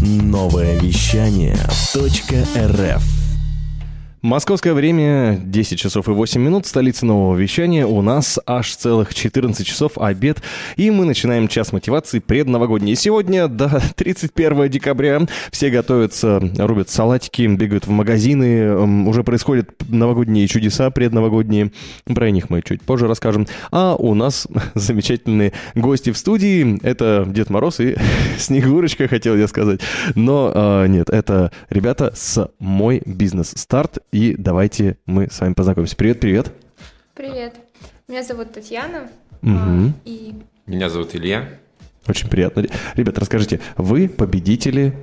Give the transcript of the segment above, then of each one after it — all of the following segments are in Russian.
Новое вещание .рф. Московское время 10 часов и 8 минут, столица нового вещания. У нас аж целых 14 часов обед, и мы начинаем час мотивации предновогодний. Сегодня, 31 декабря, все готовятся, рубят салатики, бегают в магазины, уже происходят новогодние чудеса предновогодние. Про них мы чуть позже расскажем. А у нас замечательные гости в студии. Это Дед Мороз и Снегурочка, хотел я сказать. Но нет, это ребята с «Мой бизнес-старт». И давайте мы с вами познакомимся. Привет. Привет. Меня зовут Татьяна. И... Меня зовут Илья. Очень приятно. Ребят, расскажите, вы победители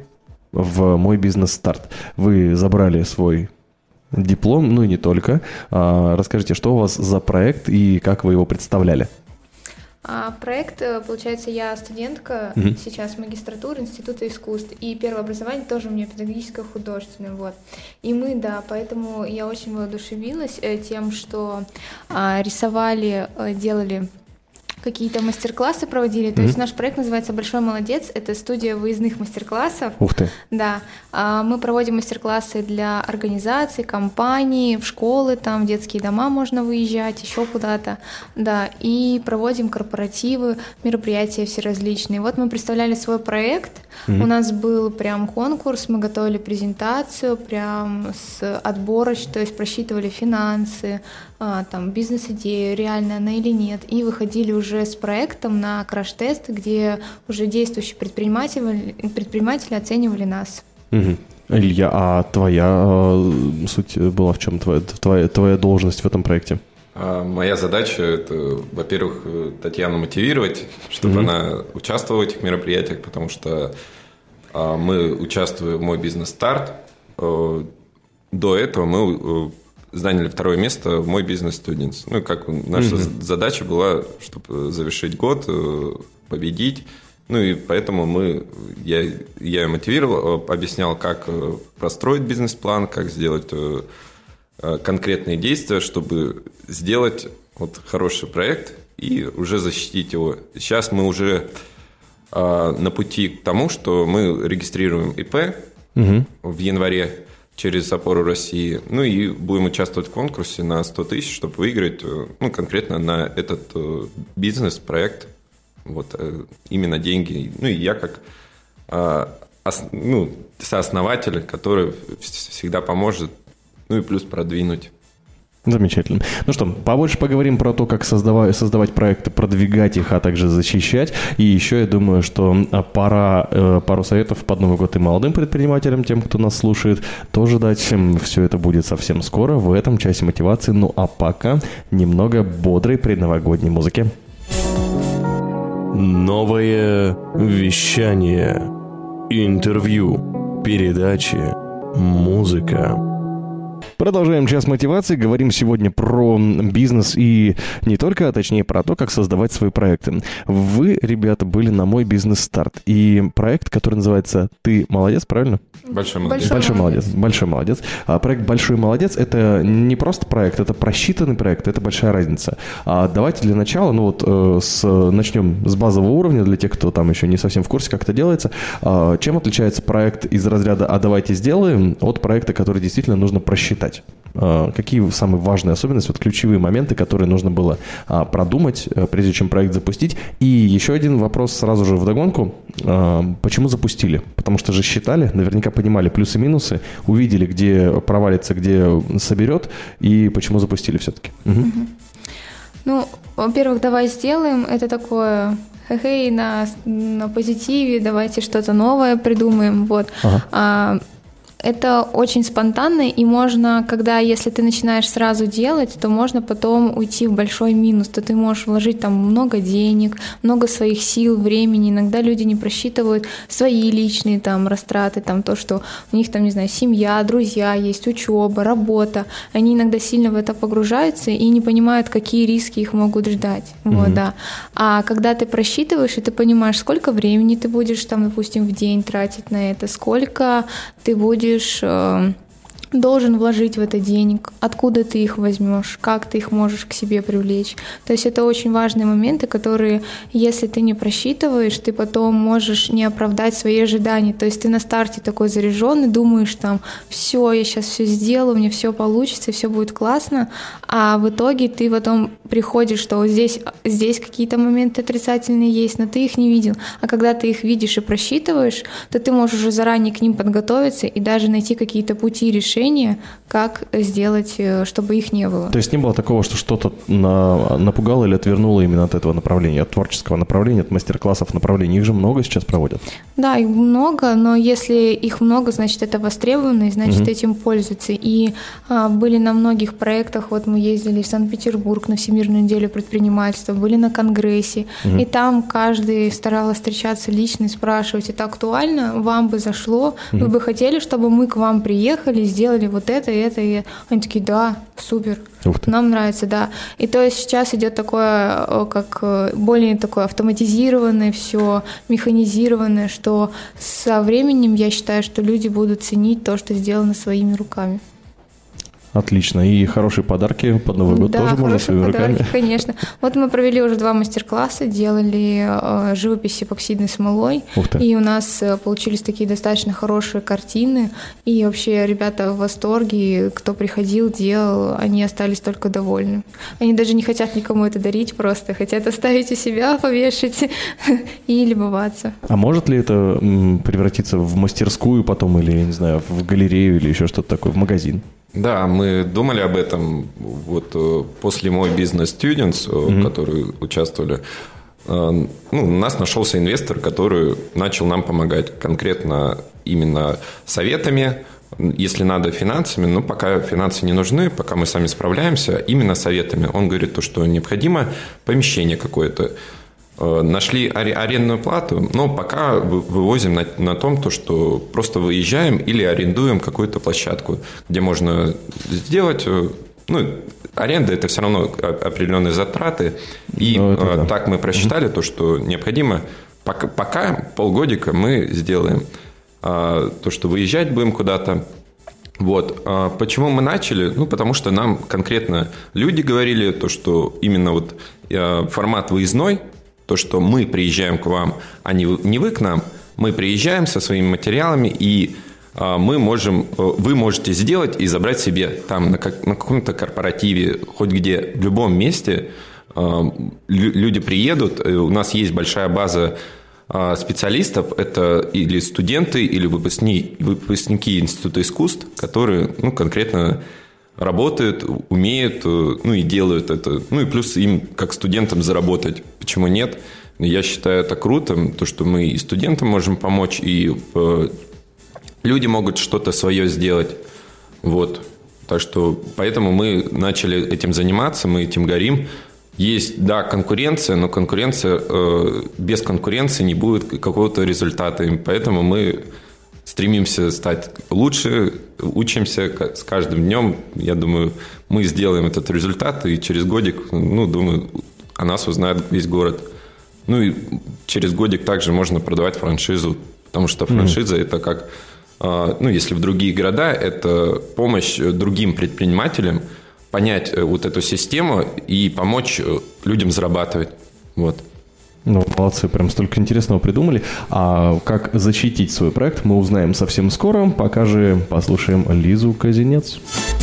в «Мой бизнес-старт». Вы забрали свой диплом, ну и не только. Расскажите, что у вас за проект и как вы его представляли? Проект, получается, я студентка сейчас магистратуры Института искусств, и первое образование тоже у меня педагогическое, художественное, вот. И мы, поэтому я очень воодушевилась тем, что рисовали, делали какие-то мастер-классы проводили. То есть наш проект называется «Большой молодец». Это студия выездных мастер-классов. Ух ты! Да. Мы проводим мастер-классы для организаций, компаний, в школы, там, в детские дома можно выезжать, еще куда-то. Да. И проводим корпоративы, мероприятия все различные. Вот мы представляли свой проект. У нас был прям конкурс, мы готовили презентацию прям с отборочной, то есть просчитывали финансы, там, бизнес-идею, реально она или нет, и выходили уже с проектом на краш-тест, где уже действующие предприниматели оценивали нас. Илья, а твоя суть была в чем? Твоя должность в этом проекте? Моя задача – это, во-первых, Татьяну мотивировать, чтобы она участвовала в этих мероприятиях, потому что мы участвуем в «Мой бизнес-старт». До этого мы заняли второе место в «Мой бизнес-студентс». Ну, как наша задача была, чтобы завершить год, победить. Ну, и поэтому я ее мотивировал, объяснял, как простроить бизнес-план, как сделать конкретные действия, чтобы сделать хороший проект и уже защитить его. Сейчас мы уже на пути к тому, что мы регистрируем ИП в январе через «Опору России», ну и будем участвовать в конкурсе на 100 тысяч, чтобы выиграть конкретно на этот бизнес-проект именно деньги. Ну и я как сооснователь, который всегда поможет, ну и плюс продвинуть. Замечательно. Ну что, побольше поговорим про то, как создавать проекты, продвигать их, а также защищать. И еще я думаю, что пора пару советов под Новый год и молодым предпринимателям, тем, кто нас слушает, тоже дать. Все это будет совсем скоро в этом часе мотивации. Ну а пока немного бодрой предновогодней музыки. Новое вещание. Интервью. Передачи. Музыка. Продолжаем час мотивации. Говорим сегодня про бизнес и не только, а точнее про то, как создавать свои проекты. Вы, ребята, были на «Мой бизнес-старт». И проект, который называется «Ты молодец», правильно? Большой молодец. Большой молодец. Проект «Большой молодец» — это не просто проект, это просчитанный проект, это большая разница. Давайте для начала, начнем с базового уровня, для тех, кто там еще не совсем в курсе, как это делается. Чем отличается проект из разряда «А давайте сделаем» от проекта, который действительно нужно просчитать? Какие самые важные особенности, ключевые моменты, которые нужно было продумать, прежде чем проект запустить? И еще один вопрос сразу же вдогонку. Почему запустили? Потому что же считали, наверняка понимали плюсы-минусы, увидели, где провалится, где соберет, и почему запустили все-таки? Ну, во-первых, давай сделаем. Это такое... Хе-хей, на позитиве, давайте что-то новое придумаем. Вот. Это очень спонтанно, и можно, если ты начинаешь сразу делать, то можно потом уйти в большой минус, то ты можешь вложить там много денег, много своих сил, времени. Иногда люди не просчитывают свои личные там растраты, там то, что у них там, не знаю, семья, друзья есть, учеба, работа. Они иногда сильно в это погружаются и не понимают, какие риски их могут ждать. Вот, да. А когда ты просчитываешь, и ты понимаешь, сколько времени ты будешь там, допустим, в день тратить на это, сколько ты будешь должен вложить в это денег, откуда ты их возьмешь, как ты их можешь к себе привлечь. То есть это очень важные моменты, которые, если ты не просчитываешь, ты потом можешь не оправдать свои ожидания. То есть ты на старте такой заряженный, думаешь там, все, я сейчас все сделаю, у меня все получится, все будет классно, а в итоге ты потом приходишь, что вот здесь какие-то моменты отрицательные есть, но ты их не видел. А когда ты их видишь и просчитываешь, то ты можешь уже заранее к ним подготовиться и даже найти какие-то пути решения, как сделать, чтобы их не было. То есть не было такого, что что-то напугало или отвернуло именно от этого направления, от творческого направления, от мастер-классов направлений? Их же много сейчас проводят. Да, их много, но если их много, значит, это востребовано, и значит, этим пользуются. И были на многих проектах, вот мы ездили в Санкт-Петербург на Всемирную неделю предпринимательства, были на конгрессе, и там каждый старался встречаться лично и спрашивать, это актуально, вам бы зашло, вы бы хотели, чтобы мы к вам приехали, сделали вот это, и это, и они такие, да, супер, нам нравится, да. И то есть сейчас идет такое, как более такое автоматизированное все, механизированное, что со временем я считаю, что люди будут ценить то, что сделано своими руками. Отлично. И хорошие подарки под Новый год тоже можно своими руками. Да, конечно. Вот мы провели уже 2 мастер-класса, делали живопись эпоксидной смолой, и у нас получились такие достаточно хорошие картины, и вообще ребята в восторге, кто приходил, делал, они остались только довольны. Они даже не хотят никому это дарить, просто хотят оставить у себя, повешать и любоваться. А может ли это превратиться в мастерскую потом, или, я не знаю, в галерею, или еще что-то такое, в магазин? Да, мы думали об этом. Вот после мой бизнес Students, которые участвовали, у нас нашелся инвестор, который начал нам помогать конкретно именно советами, если надо финансами, но пока финансы не нужны, пока мы сами справляемся, именно советами. Он говорит, что необходимо помещение какое-то. Нашли арендную плату, но пока вывозим на том, что просто выезжаем или арендуем какую-то площадку, где можно сделать. Аренда – это все равно определенные затраты. И так мы просчитали то, что необходимо. Пока полгодика мы сделаем то, что выезжать будем куда-то. Вот. Почему мы начали? Потому что нам конкретно люди говорили, то, что именно вот формат выездной, то, что мы приезжаем к вам, а не вы к нам, мы приезжаем со своими материалами, и вы можете сделать и забрать себе там на каком-то корпоративе, хоть где, в любом месте. Люди приедут, у нас есть большая база специалистов, это или студенты, или выпускники Института искусств, которые конкретно работают, умеют, и делают это. И плюс им, как студентам, заработать. Почему нет? Я считаю это круто, то, что мы и студентам можем помочь, и люди могут что-то свое сделать. Вот. Так что поэтому мы начали этим заниматься, мы этим горим. Есть, да, конкуренция, но без конкуренции не будет какого-то результата. И поэтому мы стремимся стать лучше, учимся с каждым днем. Я думаю, мы сделаем этот результат, и через годик, думаю, о нас узнает весь город. И через годик также можно продавать франшизу, потому что франшиза – это как, если в другие города, это помощь другим предпринимателям понять вот эту систему и помочь людям зарабатывать. Вот. Молодцы, прям столько интересного придумали. А как защитить свой проект, мы узнаем совсем скоро. Пока же послушаем Лизу Казинец.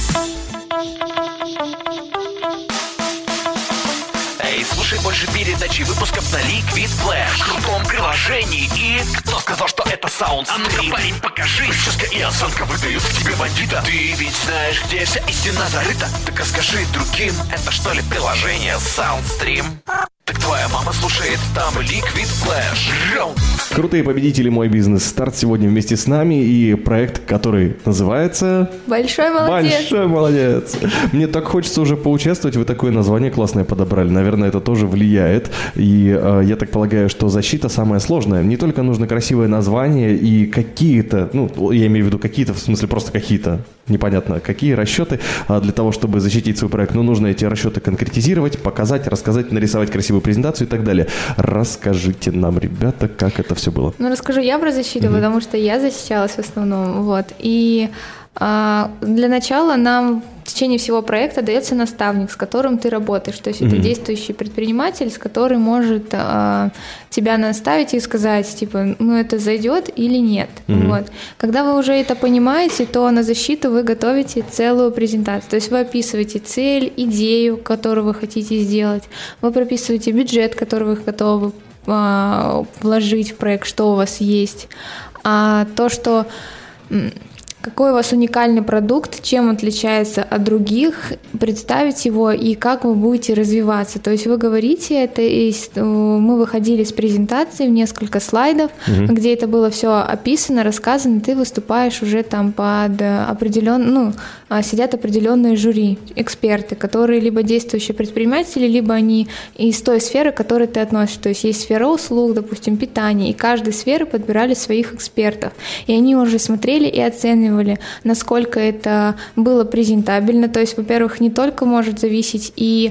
Слушай больше передачи выпусков на Liquid Flash в крутом приложении. И кто сказал, что это SoundStream? А ну-ка, парень, покажи. Прическа и осанка выдают к тебе бандита. Ты ведь знаешь, где вся истина зарыта. Так расскажи другим, это что ли приложение SoundStream? Так твоя мама слушает там Liquid Flash. Крутые победители «Мой бизнес-старт» сегодня вместе с нами. И проект, который называется... Большой молодец. Большой молодец. Мне так хочется уже поучаствовать. Вы такое название классное подобрали. Наверное, это тоже влияет. И я так полагаю, что защита самая сложная. Не только нужно красивое название и какие-то... я имею в виду какие-то, в смысле просто какие-то непонятно какие расчеты для того, чтобы защитить свой проект. Но нужно эти расчеты конкретизировать, показать, рассказать, нарисовать красивую презентацию и так далее. Расскажите нам, ребята, как это все было. Ну, расскажу я про защиту, потому что я защищалась в основном. Вот. И для начала нам в течение всего проекта дается наставник, с которым ты работаешь. То есть это действующий предприниматель, с которым может тебя наставить и сказать, типа, ну это зайдет или нет. Вот. Когда вы уже это понимаете, то на защиту вы готовите целую презентацию. То есть вы описываете цель, идею, которую вы хотите сделать. Вы прописываете бюджет, который вы готовы вложить в проект, что у вас есть. А то, что... Какой у вас уникальный продукт, чем отличается от других, представить его и как вы будете развиваться. То есть вы говорите это, и мы выходили с презентацией в несколько слайдов, где это было все описано, рассказано, ты выступаешь уже там под сидят определенные жюри, эксперты, которые либо действующие предприниматели, либо они из той сферы, к которой ты относишься. То есть есть сфера услуг, допустим, питания, и каждой сферы подбирали своих экспертов. И они уже смотрели и оценивали, насколько это было презентабельно. То есть, во-первых, не только может зависеть и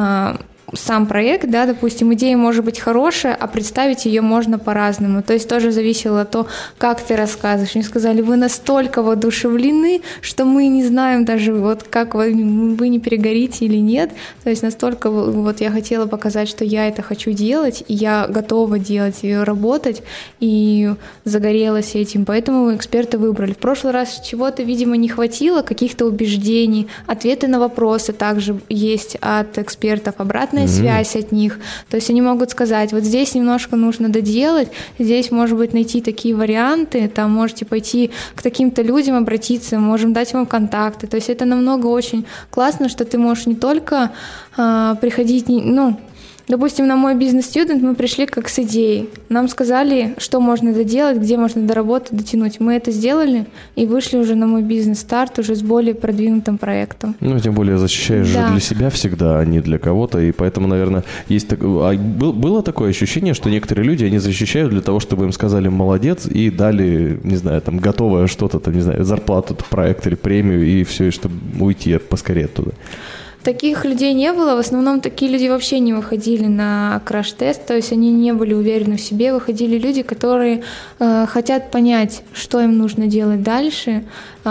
сам проект, да, допустим, идея может быть хорошая, а представить ее можно по-разному. То есть тоже зависело от того, как ты рассказываешь. Мне сказали, вы настолько воодушевлены, что мы не знаем даже, вот как вы не перегорите или нет. То есть настолько вот я хотела показать, что я это хочу делать, и я готова делать и работать, и загорелась этим. Поэтому эксперты выбрали. В прошлый раз чего-то, видимо, не хватило, каких-то убеждений, ответы на вопросы также есть от экспертов, обратная связь от них. То есть они могут сказать, вот здесь немножко нужно доделать, здесь, может быть, найти такие варианты, там можете пойти к таким-то людям обратиться, можем дать вам контакты. То есть это намного очень классно, что ты можешь не только приходить, допустим, на мой бизнес-студент мы пришли как с идеей. Нам сказали, что можно доделать, где можно доработать, дотянуть. Мы это сделали и вышли уже на мой бизнес-старт уже с более продвинутым проектом. Тем более защищаешь же для себя всегда, а не для кого-то. И поэтому, наверное, есть было такое ощущение, что некоторые люди, они защищают для того, чтобы им сказали «молодец» и дали, не знаю, там, готовое что-то, там, не знаю, зарплату, проект или премию, и все, и чтобы уйти поскорее оттуда. Таких людей не было, в основном такие люди вообще не выходили на краш-тест, то есть они не были уверены в себе, выходили люди, которые хотят понять, что им нужно делать дальше,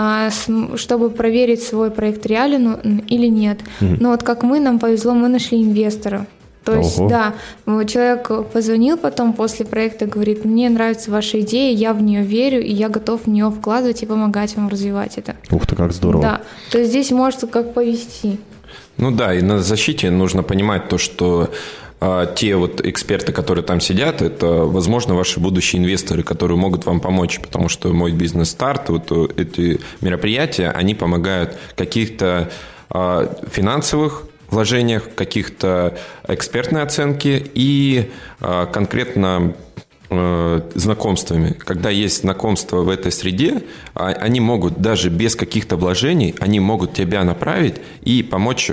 чтобы проверить свой проект реален или нет. Но вот как нам повезло, мы нашли инвестора. То есть, человек позвонил потом после проекта, говорит, мне нравится ваша идея, я в нее верю, и я готов в нее вкладывать и помогать вам развивать это. Ух ты, как здорово. Да, то есть здесь может как повезти. И на защите нужно понимать то, что те вот эксперты, которые там сидят, это, возможно, ваши будущие инвесторы, которые могут вам помочь, потому что мой бизнес-старт, вот эти мероприятия, они помогают в каких-то финансовых вложениях, каких-то экспертной оценке и конкретно знакомствами. Когда есть знакомства в этой среде, они могут даже без каких-то вложений, они могут тебя направить и помочь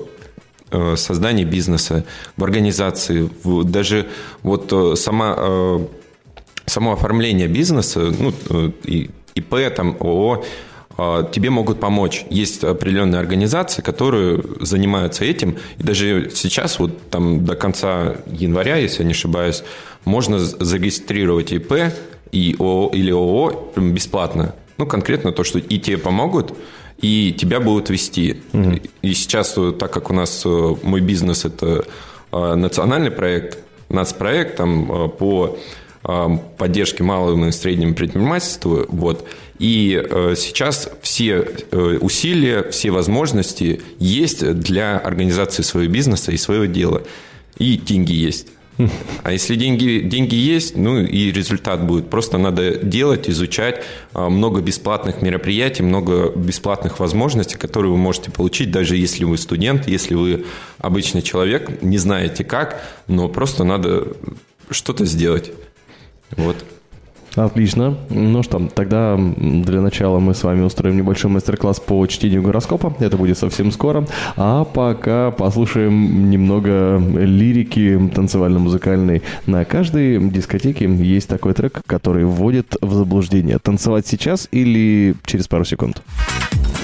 в создании бизнеса, в организации, даже вот само оформление бизнеса, ИП, там, ООО, тебе могут помочь. Есть определенные организации, которые занимаются этим. И даже сейчас, вот там до конца января, если я не ошибаюсь, можно зарегистрировать ИП и ООО, или ООО бесплатно. Конкретно то, что и тебе помогут, и тебя будут вести. И сейчас, так как у нас мой бизнес – это национальный проект, нацпроект там, по поддержке малому и среднему предпринимательству, и сейчас все усилия, все возможности есть для организации своего бизнеса и своего дела. И деньги есть. А если деньги есть, и результат будет. Просто надо делать, изучать много бесплатных мероприятий, много бесплатных возможностей, которые вы можете получить, даже если вы студент, если вы обычный человек, не знаете как, но просто надо что-то сделать. Отлично. Тогда для начала мы с вами устроим небольшой мастер-класс по чтению гороскопа. Это будет совсем скоро. А пока послушаем немного лирики танцевально-музыкальной. На каждой дискотеке есть такой трек, который вводит в заблуждение. Танцевать сейчас или через пару секунд?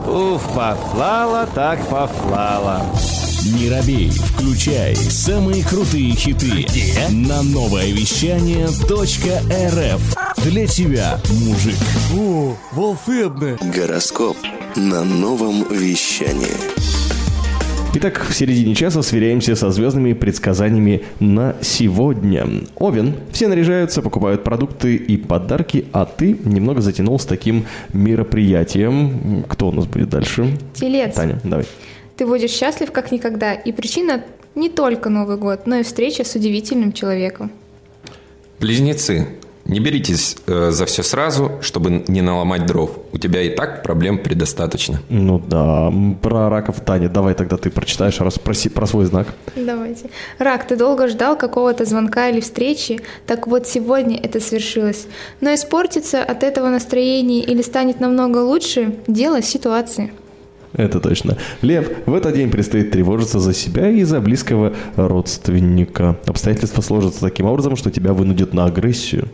Уф, пофлала так пофлала. Не робей, включай самые крутые хиты на новое вещание .рф. Для тебя, мужик. О, волшебно. Гороскоп на новом вещании. Итак, в середине часа сверяемся со звездными предсказаниями на сегодня. Овен. Все наряжаются, покупают продукты и подарки, а ты немного затянул с таким мероприятием. Кто у нас будет дальше? Телец. Таня, давай. Ты будешь счастлив как никогда, и причина не только Новый год, но и встреча с удивительным человеком. Близнецы. Не беритесь за все сразу, чтобы не наломать дров. У тебя и так проблем предостаточно. Ну да, про раков, Таня, давай тогда ты прочитаешь, спроси про свой знак. Давайте. Рак, ты долго ждал какого-то звонка или встречи, так вот сегодня это свершилось. Но испортится от этого настроение или станет намного лучше – дело ситуации. Это точно. Лев, в этот день предстоит тревожиться за себя и за близкого родственника. Обстоятельства сложатся таким образом, что тебя вынудят на агрессию.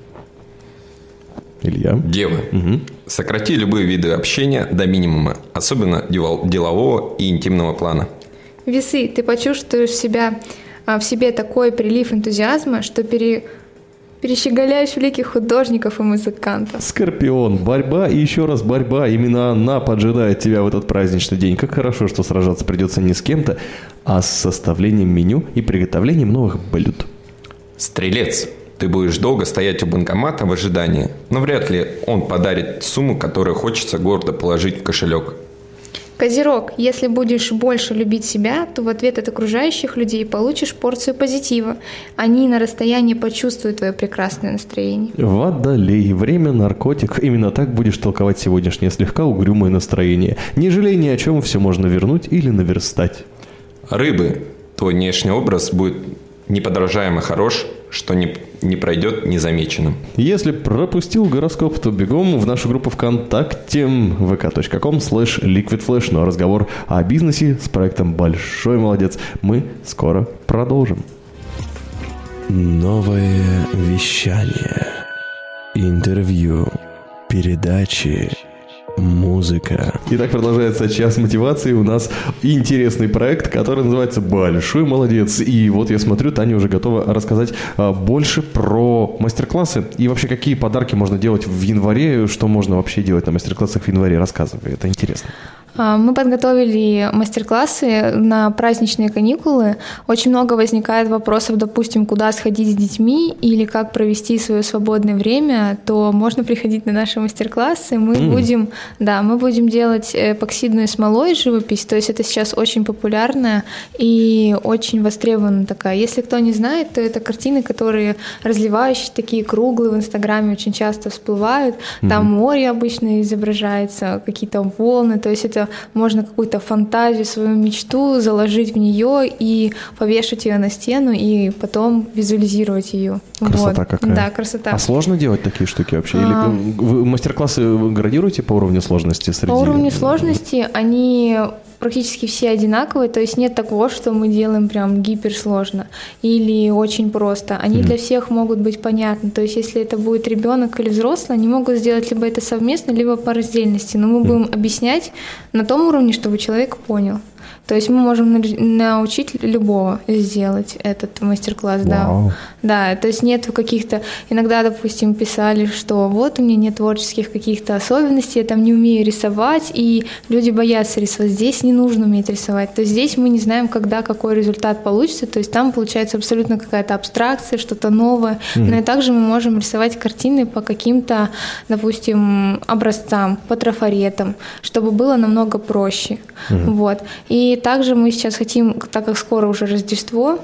Илья. Дева. Угу. Сократи любые виды общения до минимума, особенно делового и интимного плана. Весы, ты почувствуешь в себе такой прилив энтузиазма, что перещеголяешь великих художников и музыкантов. Скорпион. Борьба и еще раз борьба. Именно она поджидает тебя в этот праздничный день. Как хорошо, что сражаться придется не с кем-то, а с составлением меню и приготовлением новых блюд. Стрелец. Ты будешь долго стоять у банкомата в ожидании, но вряд ли он подарит сумму, которую хочется гордо положить в кошелек. Козерог, если будешь больше любить себя, то в ответ от окружающих людей получишь порцию позитива. Они на расстоянии почувствуют твое прекрасное настроение. Водолей. Время наркотик. Именно так будешь толковать сегодняшнее слегка угрюмое настроение. Не жалей ни о чем, все можно вернуть или наверстать. Рыбы. Твой внешний образ будет неподражаемо хорош, что не пройдет незамеченным. Если пропустил гороскоп, то бегом в нашу группу ВКонтакте vk.com/liquidflash. Ну а разговор о бизнесе с проектом «Большой молодец» мы скоро продолжим. Новое вещание. Интервью. Передачи. Музыка. Итак, продолжается час мотивации. У нас интересный проект, который называется «Большой молодец». И вот я смотрю, Таня уже готова рассказать больше про мастер-классы. И вообще, какие подарки можно делать в январе, что можно вообще делать на мастер-классах в январе. Рассказывай, это интересно. Мы подготовили мастер-классы на праздничные каникулы. Очень много возникает вопросов, допустим, куда сходить с детьми или как провести свое свободное время, то можно приходить на наши мастер-классы. Мы будем делать эпоксидную смолой живопись, то есть это сейчас очень популярная и очень востребованная такая. Если кто не знает, то это картины, которые разливающие, такие круглые, в Инстаграме очень часто всплывают. Там море обычно изображается, какие-то волны, то есть это можно какую-то фантазию, свою мечту заложить в нее и повешать ее на стену и потом визуализировать ее. Красота какая. Да, красота. А сложно делать такие штуки вообще? Или вы мастер-классы градируете по уровню сложности среди? По уровню сложности они практически все одинаковые, то есть нет такого, что мы делаем прям гиперсложно или очень просто. Они для всех могут быть понятны. То есть если это будет ребенок или взрослый, они могут сделать либо это совместно, либо по раздельности. Но мы будем объяснять на том уровне, чтобы человек понял. То есть мы можем научить любого сделать этот мастер-класс, да. Да, то есть нет каких-то... Иногда, допустим, писали, что вот у меня нет творческих каких-то особенностей, я там не умею рисовать, и люди боятся рисовать. Здесь не нужно уметь рисовать. То есть здесь мы не знаем, когда какой результат получится, то есть там получается абсолютно какая-то абстракция, что-то новое. Но и также мы можем рисовать картины по каким-то, допустим, образцам, по трафаретам, чтобы было намного проще. Вот. И также мы сейчас хотим, так как скоро уже Рождество,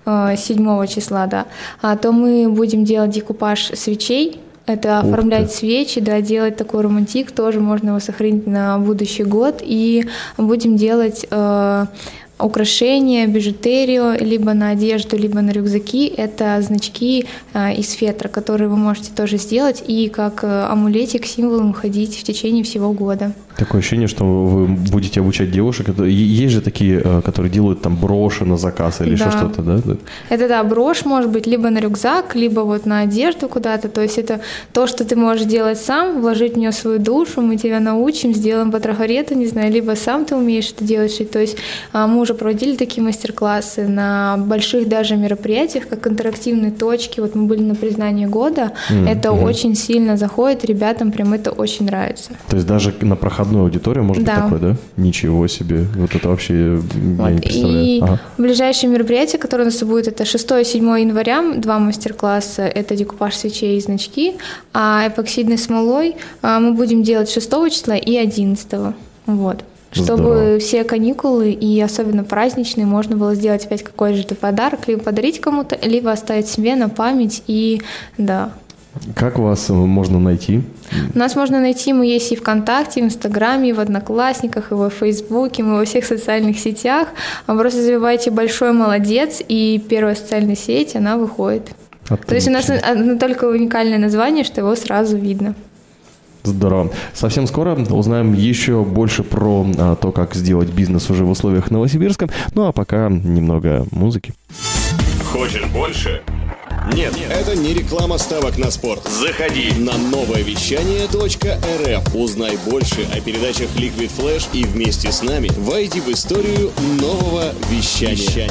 7 числа, да, то мы будем делать декупаж свечей. Это оформлять свечи, да, делать такой романтик, тоже можно его сохранить на будущий год. И будем делать украшения, бижутерию, либо на одежду, либо на рюкзаки. Это значки из фетра, которые вы можете тоже сделать и как амулетик, символом ходить в течение всего года. Такое ощущение, что вы будете обучать девушек. Есть же такие, которые делают там броши на заказ или еще что-то, да? Это, да, брошь может быть либо на рюкзак, либо вот на одежду куда-то. То есть это то, что ты можешь делать сам, вложить в нее свою душу, мы тебя научим, сделаем по трафарету, не знаю, либо сам ты умеешь это делать. То есть мы уже проводили такие мастер-классы на больших даже мероприятиях, как интерактивные точки. Вот мы были на признании года. Это очень сильно заходит, ребятам прям это очень нравится. То есть даже на проходную аудиторию может быть такое, да? Ничего себе. Вот это вообще я не представляю. И ближайшие мероприятия, которые у нас будет, это 6 и 7 января, 2 мастер-класса, это декупаж свечей и значки, а эпоксидной смолой мы будем делать 6 числа и 11. Вот. Чтобы все каникулы и особенно праздничные можно было сделать опять какой-то подарок, либо подарить кому-то, либо оставить себе на память и да. Как вас можно найти? Нас можно найти, мы есть и ВКонтакте, и в Инстаграме, и в Одноклассниках, и во Фейсбуке, мы во всех социальных сетях. Просто забивайте «Большой молодец», и первая социальная сеть, она выходит. Отлично. То есть у нас только уникальное название, что его сразу видно. Здорово. Совсем скоро узнаем еще больше про то, как сделать бизнес уже в условиях Новосибирска. Ну а пока немного музыки. Хочешь больше? Нет, это не реклама ставок на спорт. Заходи на новоевещание.рф. Узнай больше о передачах Liquid Flash и вместе с нами войди в историю нового вещания.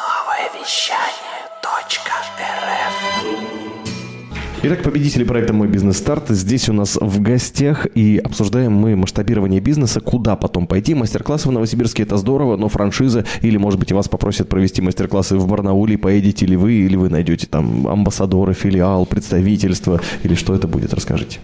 Итак, победители проекта «Мой бизнес-старт» здесь у нас в гостях, и обсуждаем мы масштабирование бизнеса, куда потом пойти. Мастер-классы в Новосибирске – это здорово, но франшиза, или, может быть, вас попросят провести мастер-классы в Барнауле, поедете ли вы, или вы найдете там амбассадоры, филиал, представительство, или что это будет, расскажите.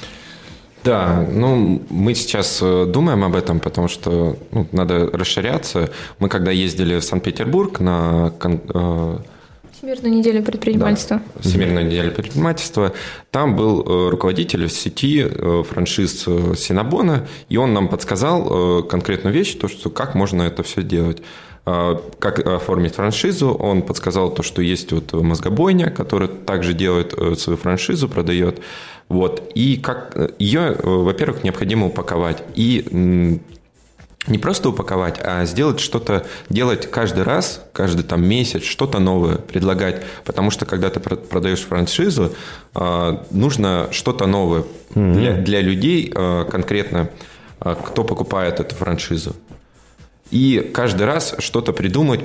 Да, мы сейчас думаем об этом, потому что надо расширяться. Мы когда ездили в Санкт-Петербург на Всемирную неделю предпринимательства. Да, Всемирную неделю предпринимательства. Там был руководитель сети франшиз Синабона, и он нам подсказал конкретную вещь, то, что как можно это все делать. Как оформить франшизу. Он подсказал то, что есть вот мозгобойня, которая также делает свою франшизу, продает. Вот. И как ее, во-первых, необходимо упаковать. И не просто упаковать, а сделать что-то, делать каждый раз, каждый там месяц, что-то новое предлагать. Потому что, когда ты продаешь франшизу, нужно что-то новое для людей конкретно, кто покупает эту франшизу. И каждый раз что-то придумать.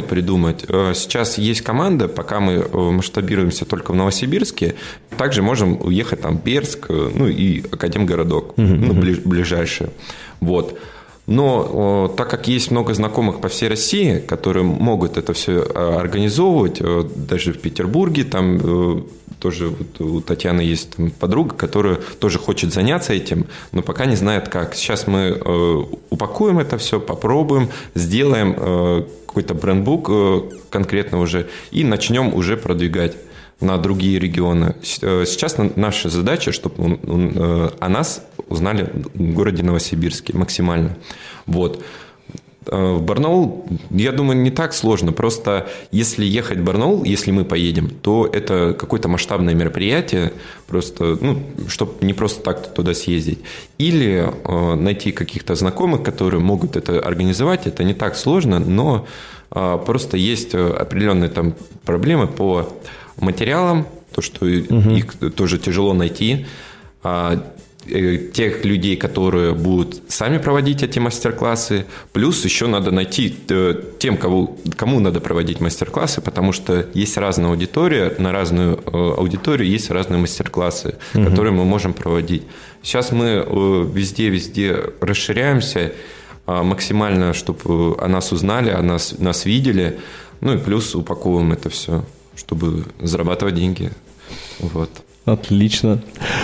Сейчас есть команда, пока мы масштабируемся только в Новосибирске, также можем уехать там в Бердск, и Академгородок, ближайшие. Вот. Но так как есть много знакомых по всей России, которые могут это все организовывать, даже в Петербурге, там тоже вот у Татьяны есть там подруга, которая тоже хочет заняться этим, но пока не знает как. Сейчас мы упакуем это все, попробуем, сделаем какой-то брендбук конкретно уже и начнем уже продвигать на другие регионы. Сейчас наша задача, чтобы о нас узнали в городе Новосибирске максимально. Вот. В Барнаул, я думаю, не так сложно. Просто если ехать в Барнаул, если мы поедем, то это какое-то масштабное мероприятие, просто, чтобы не просто так туда съездить. Или найти каких-то знакомых, которые могут это организовать. Это не так сложно, но просто есть определенные там проблемы по материалам, то, что их тоже тяжело найти. Тех людей, которые будут сами проводить эти мастер-классы, плюс еще надо найти тем, кому надо проводить мастер-классы, потому что есть разная аудитория, на разную аудиторию есть разные мастер-классы, которые мы можем проводить. Сейчас мы везде расширяемся максимально, чтобы о нас узнали, о нас видели, и плюс упаковываем это все, чтобы зарабатывать деньги. Вот. Отлично.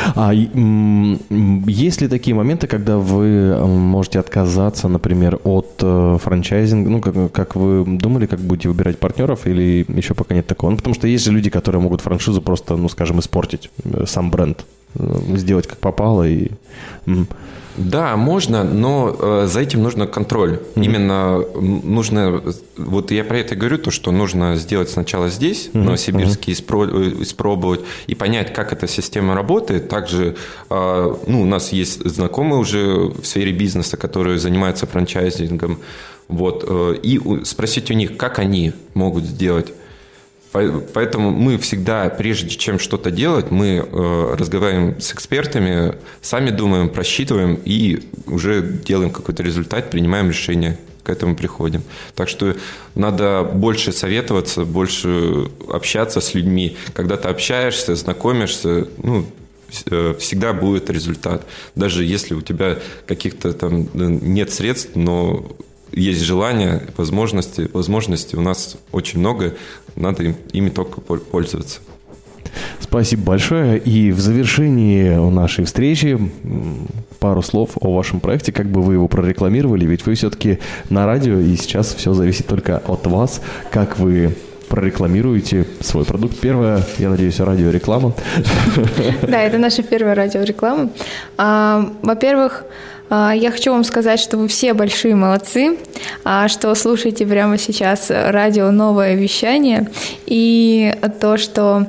Есть ли такие моменты, когда вы можете отказаться, например, от франчайзинга? Как вы думали, как будете выбирать партнеров, или еще пока нет такого? Потому что есть же люди, которые могут франшизу просто, скажем, испортить сам бренд, сделать как попало. Да, можно, но за этим нужно контроль. Именно нужно, вот я про это и говорю, то, что нужно сделать сначала здесь, в Новосибирске, испробовать и понять, как эта система работает. Также у нас есть знакомые уже в сфере бизнеса, которые занимаются франчайзингом, вот, и спросить у них, как они могут сделать. Поэтому мы всегда, прежде чем что-то делать, мы разговариваем с экспертами, сами думаем, просчитываем и уже делаем какой-то результат, принимаем решение, к этому приходим. Так что надо больше советоваться, больше общаться с людьми. Когда ты общаешься, знакомишься, всегда будет результат. Даже если у тебя каких-то там нет средств, но есть желание, возможности у нас очень много, надо ими только пользоваться. Спасибо большое. И в завершении нашей встречи пару слов о вашем проекте, как бы вы его прорекламировали, ведь вы все-таки на радио, и сейчас все зависит только от вас, как вы прорекламируете свой продукт. Первая, я надеюсь, радиореклама. Да, это наша первая радиореклама. Во-первых, я хочу вам сказать, что вы все большие молодцы, что слушаете прямо сейчас радио «Новое вещание», и то, что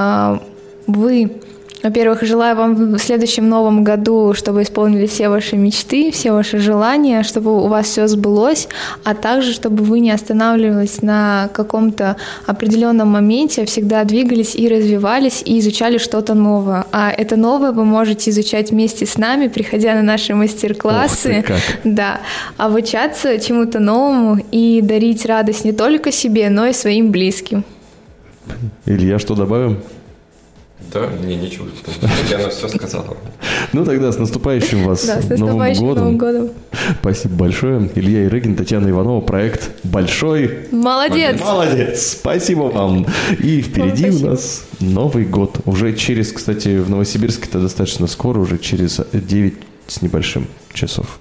вы, во-первых, желаю вам в следующем новом году, чтобы исполнились все ваши мечты, все ваши желания, чтобы у вас все сбылось, а также, чтобы вы не останавливались на каком-то определенном моменте, а всегда двигались и развивались, и изучали что-то новое. А это новое вы можете изучать вместе с нами, приходя на наши мастер-классы, да, обучаться чему-то новому и дарить радость не только себе, но и своим близким. Илья, что добавим? Да, мне ничего. Татьяна все сказала. Ну тогда с наступающим вас Новым годом. Спасибо большое. Илья Ирыгин, Татьяна Иванова, проект «Большой». Молодец! Молодец! Спасибо вам. И впереди у нас Новый год. Уже через, кстати, в Новосибирске-то достаточно скоро, уже через 9 с небольшим часов.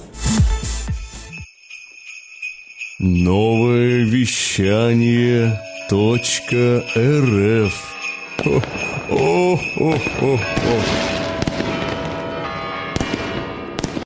Новое вещание .рф. О.